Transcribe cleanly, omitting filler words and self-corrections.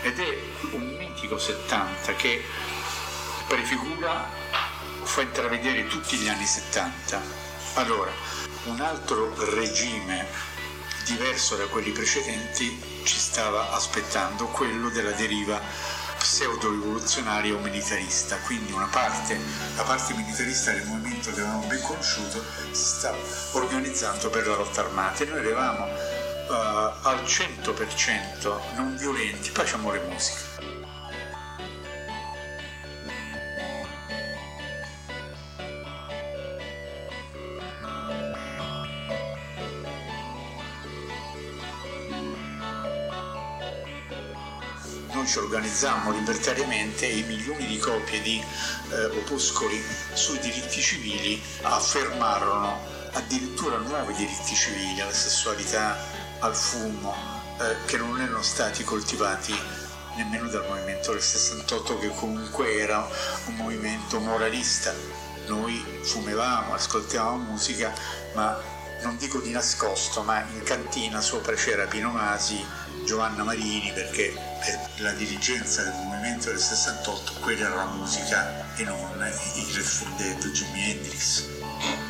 ed è un mitico 70 che prefigura, fa intravedere tutti gli anni 70. Allora, un altro regime diverso da quelli precedenti ci stava aspettando, quello della deriva pseudo-rivoluzionaria o militarista. Quindi la parte militarista del movimento che avevamo ben conosciuto si stava organizzando per la lotta armata, e noi eravamo al 100% non violenti, pace, amore e musica. Noi ci organizzammo libertariamente e i milioni di copie di opuscoli sui diritti civili affermarono addirittura nuovi diritti civili, alla sessualità, al fumo, che non erano stati coltivati nemmeno dal movimento del 68, che comunque era un movimento moralista. Noi fumavamo, ascoltavamo musica, ma non dico di nascosto, ma in cantina sopra c'era Pino Masi, Giovanna Marini, perché per la dirigenza del movimento del 68 quella era la musica e non il Grateful Dead, Jimi Hendrix.